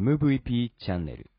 MVP チャンネル。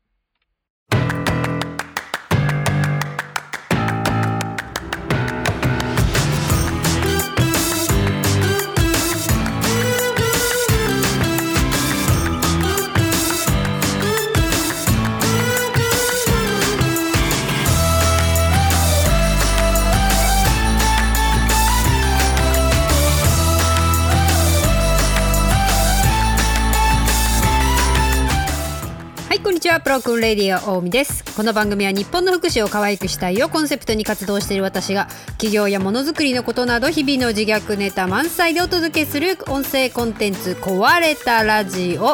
こんにちは、プロくんレディオ大見です。この番組は日本の福祉を可愛くしたいをコンセプトに活動している私が企業やものづくりのことなど日々の自虐ネタ満載でお届けする音声コンテンツ壊れたラジオ。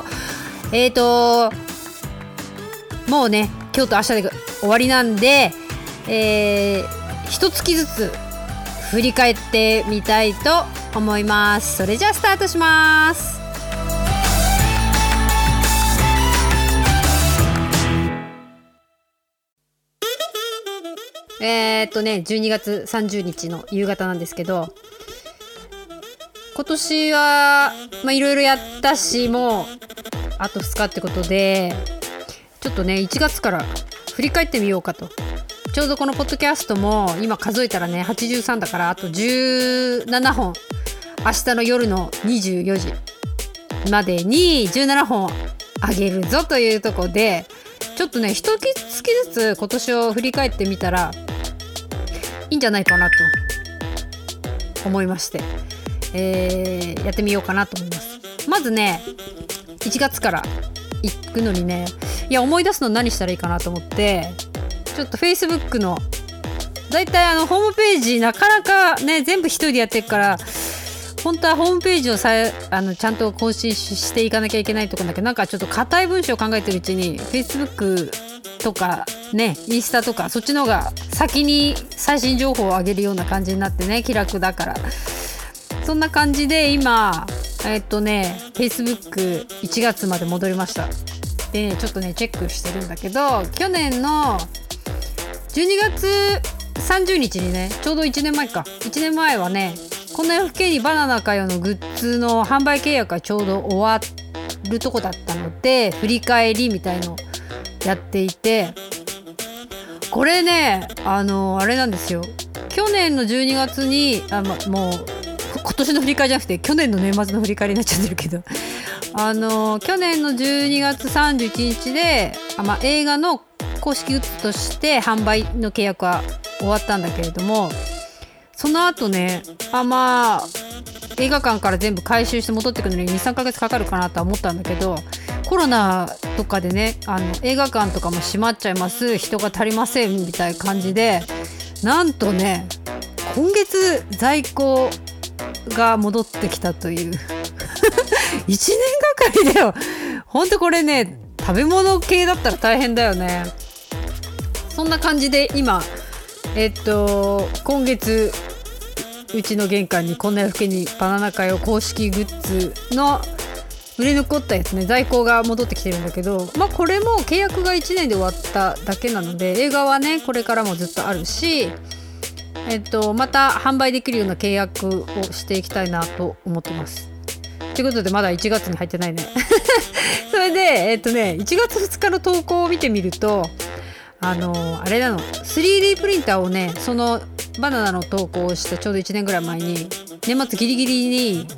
もうね今日と明日で終わりなんで、一月ずつ振り返ってみたいと思います。それじゃあスタートします。12月30日の夕方なんですけど、今年はいろいろやったし、もうあと2日ってことでちょっとね1月から振り返ってみようかと。ちょうどこのポッドキャストも今数えたらね83だから、あと17本明日の夜の24時までに17本あげるぞというところで、ちょっとね一月ずつ今年を振り返ってみたらいいんじゃないかなと思いまして、やってみようかなと思います。まずね1月から行くのにね、思い出すの何したらいいかなと思って、ちょっと Facebook のだいたいホームページなかなかね全部一人でやってるから、本当はホームページをちゃんと更新していかなきゃいけないところだけど、なんかちょっと硬い文章を考えてるうちに Facebook とかねインスタとかそっちの方が先に最新情報を上げるような感じになってね、気楽だから。そんな感じで今Facebook1 月まで戻りました。で、ちょっとねチェックしてるんだけど、去年の12月30日にね、ちょうど1年前はね、こんな夜更けにバナナかよのグッズの販売契約がちょうど終わるとこだったので、振り返りみたいのやっていて、これねあれなんですよ。去年の12月にもう今年の振り返りじゃなくて去年の年末の振り返りになっちゃってるけど、去年の12月31日で映画の公式グッズとして販売の契約は終わったんだけれども、その後ね映画館から全部回収して戻ってくるのに 2,3 ヶ月かかるかなとは思ったんだけど、コロナとかでね映画館とかも閉まっちゃいます、人が足りませんみたいな感じで、なんとね今月在庫が戻ってきたという1年がかりだよ。ほんとこれね食べ物系だったら大変だよね。そんな感じで今今月うちの玄関にこんな夜更けにバナナかよ公式グッズの売れ残ったやつね、在庫が戻ってきてるんだけど、これも契約が1年で終わっただけなので、映画はねこれからもずっとあるし、また販売できるような契約をしていきたいなと思ってます。ということでまだ1月に入ってないねそれで1月2日の投稿を見てみると、あれなの 3D プリンターをね、そのバナナの投稿をしたちょうど1年ぐらい前に、年末ギリギリに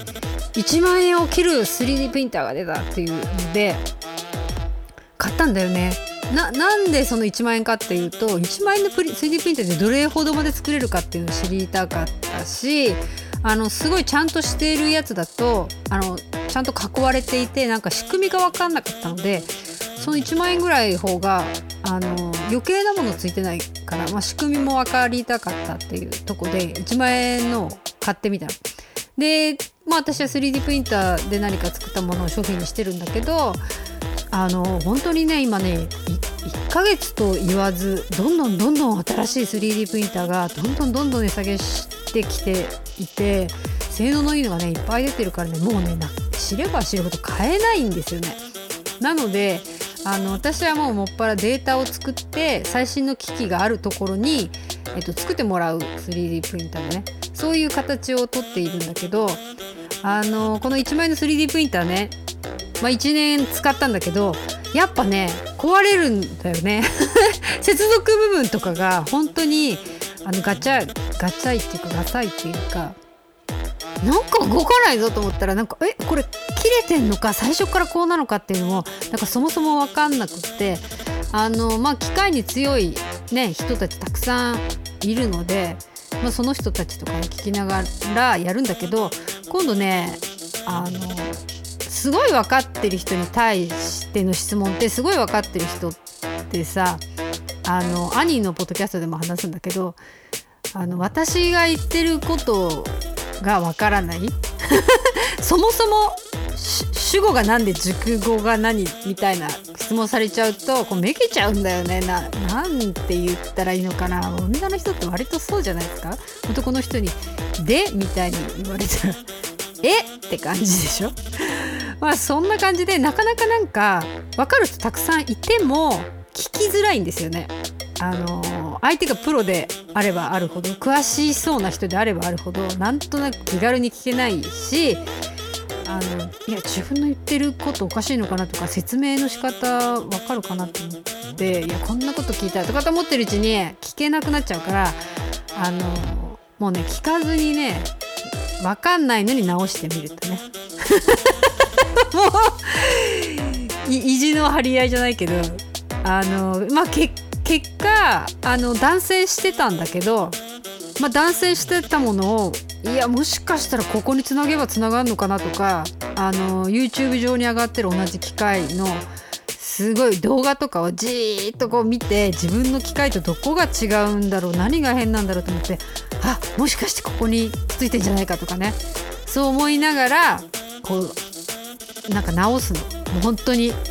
1万円を切る 3D プリンターが出たっていうので買ったんだよね。なんでその1万円かっていうと、1万円の3D プリンターでどれほどまで作れるかっていうのを知りたかったし、すごいちゃんとしているやつだとちゃんと囲われていて、なんか仕組みが分かんなかったので、その1万円ぐらい方が余計なものついてないから、仕組みも分かりたかったっていうとこで1万円の買ってみたので、私は 3D プリンターで何か作ったものを商品にしてるんだけど、本当にね今ね1ヶ月と言わずどんどん新しい 3D プリンターがどんどん値下げしてきていて、性能のいいのがねいっぱい出てるからね、もうね知れば知るほど買えないんですよね。なので私はもっぱらデータを作って最新の機器があるところに、作ってもらう 3D プリンターのね、そういう形をとっているんだけど、この1万円の 3D プリンターね、1年使ったんだけど、 やっぱね壊れるんだよね接続部分とかが本当にガチャイっていうかガサイっていうか、なんか動かないぞと思ったら、なんかこれ切れてんのか最初からこうなのかっていうのもなんかそもそも分かんなくって、機械に強いね人たちたくさんいるので、その人たちとかを聞きながらやるんだけど、今度ねすごい分かってる人に対しての質問って、すごい分かってる人ってさ、兄のポッドキャストでも話すんだけど、私が言ってることが分からないそもそも主語が何で熟語が何みたいな質問されちゃうとこうめげちゃうんだよね。なんて言ったらいいのかな。女の人って割とそうじゃないですか。男の人にでみたいに言われたらって感じでしょそんな感じで、なかなかなんか分かる人たくさんいても聞きづらいんですよね。相手がプロであればあるほど、詳しそうな人であればあるほど、なんとなく気軽に聞けないし、いや自分の言ってることおかしいのかなとか、説明の仕方わかるかなと思って、いやこんなこと聞いたらとかと思ってるうちに聞けなくなっちゃうから、もうね聞かずにね、わかんないのに直してみるとねもう意地の張り合いじゃないけど、結果断線してたんだけど、断線してたものを、いやもしかしたらここにつなげばつながるのかなとか、YouTube 上に上がってる同じ機械のすごい動画とかをじーっとこう見て、自分の機械とどこが違うんだろう、何が変なんだろうと思って、もしかしてここについてんじゃないかとかね、そう思いながらこうなんか直すの、もう本当に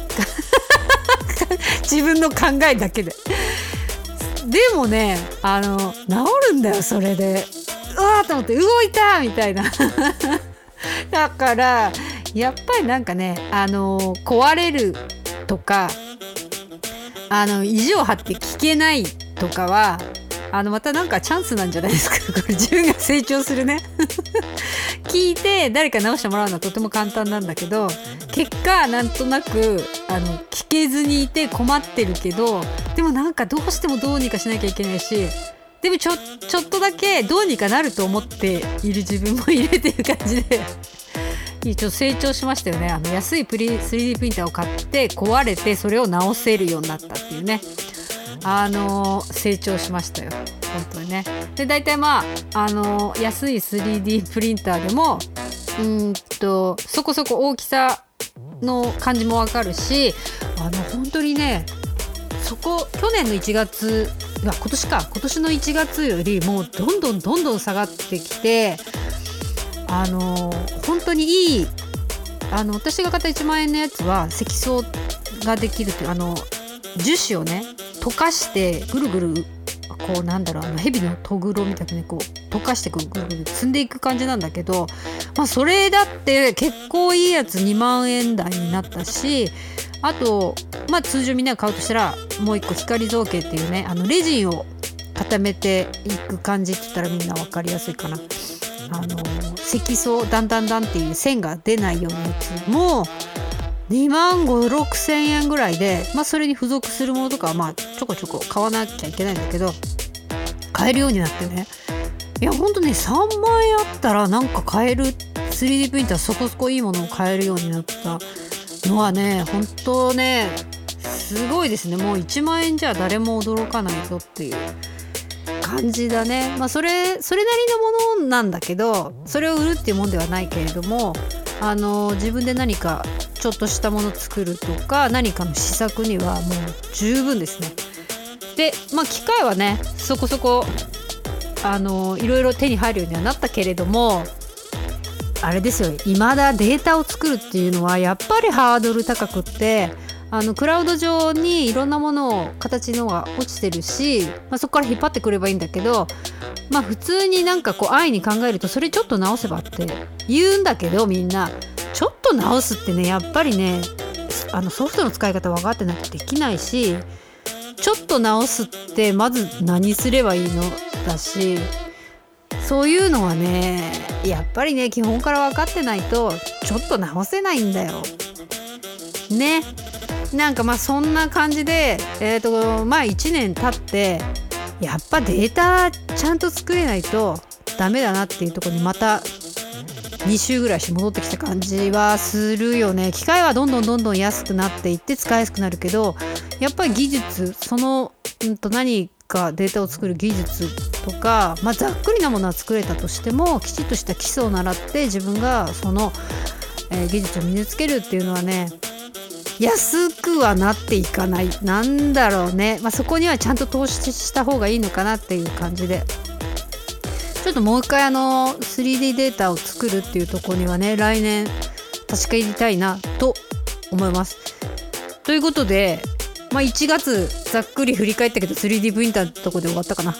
自分の考えだけで。でもね治るんだよそれで。うわーと思って、動いたみたいなだからやっぱりなんかね壊れるとか意地を張って聞けないとかはまたなんかチャンスなんじゃないですかこれ自分が成長するね聞いて誰か直してもらうのはとても簡単なんだけど、結果なんとなく聞けずにいて困ってるけど、でもなんかどうしてもどうにかしなきゃいけないし、でもちょっとだけどうにかなると思っている自分もいるっていう感じでちょっと成長しましたよね。安い3D プリンターを買って壊れて、それを直せるようになったっていうね、成長しましたよ本当にね。で大体安い 3D プリンターでもそこそこ大きさの感じもわかるし、本当にね去年の1月今年の1月よりもうどんどん下がってきて、本当にいい私が買った1万円のやつは積層ができるっていう樹脂をね溶かしてぐるぐるこう蛇のとぐろみたいにこう溶かしてぐるぐる積んでいく感じなんだけど、それだって結構いいやつ2万円台になったし、あと通常みんなが買うとしたらもう一個光造形っていうねレジンを固めていく感じって言ったらみんな分かりやすいかな。積層だんだんっていう線が出ないようなやつも2万5、6千円ぐらいで、それに付属するものとかはちょこちょこ買わなきゃいけないんだけど、買えるようになってね、いやほんとね3万円あったらなんか買える 3D プリンターそこそこいいものを買えるようになったのはね、本当ねすごいですね。もう1万円じゃ誰も驚かないぞっていう感じだね。それなりのものなんだけど、それを売るっていうもんではないけれども、自分で何かちょっとしたもの作るとか何かの試作にはもう十分ですね。で機械はねそこそこいろいろ手に入るようにはなったけれども、あれですよ、未だデータを作るっていうのはやっぱりハードル高くって、クラウド上にいろんなものを形のが落ちてるし、そこから引っ張ってくればいいんだけど、普通になんかこう安易に考えるとそれちょっと直せばって言うんだけど、みんなちょっと直すってねやっぱりねソフトの使い方分かってなくてできないし、ちょっと直すってまず何すればいいのだし、そういうのはねやっぱりね基本から分かってないとちょっと直せないんだよね。 なんかまあそんな感じでまあ1年経ってやっぱデータちゃんと作れないとダメだなっていうところにまた2週ぐらいして戻ってきた感じはするよね。機械はどんどん安くなっていって使いやすくなるけど、やっぱり技術何かデータを作る技術とか、まあ、ざっくりなものは作れたとしてもきちっとした基礎を習って自分がその、技術を身につけるっていうのはね、安くはなっていかない。なんだろうね、まあ、そこにはちゃんと投資した方がいいのかなっていう感じで、ちょっともう一回3D データを作るっていうところにはね、来年確か入りたいなと思います。ということで、まあ、1月ざっくり振り返ったけど 3D プリンターのとこで終わったかな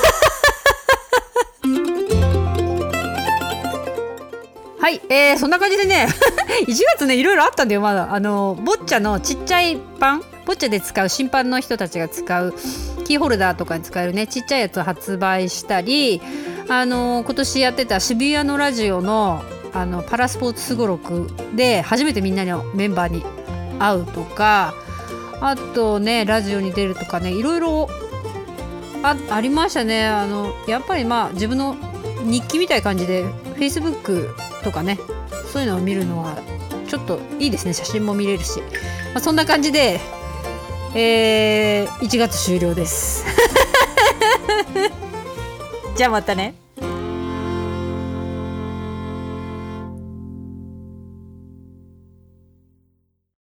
はい、そんな感じでね1月ねいろいろあったんだよ。まだボッチャのちっちゃいパン、ボッチャで使う審判の人たちが使うキーホルダーとかに使えるねちっちゃいやつを発売したり、今年やってた渋谷のラジオのパラスポーツすごろくで初めてみんなのメンバーに会うとか、あとねラジオに出るとかね、いろいろ ありましたね。やっぱりまあ自分の日記みたいな感じで Facebook とかね、そういうのを見るのはちょっといいですね。写真も見れるし、まあ、そんな感じで、1月終了ですじゃあまたね。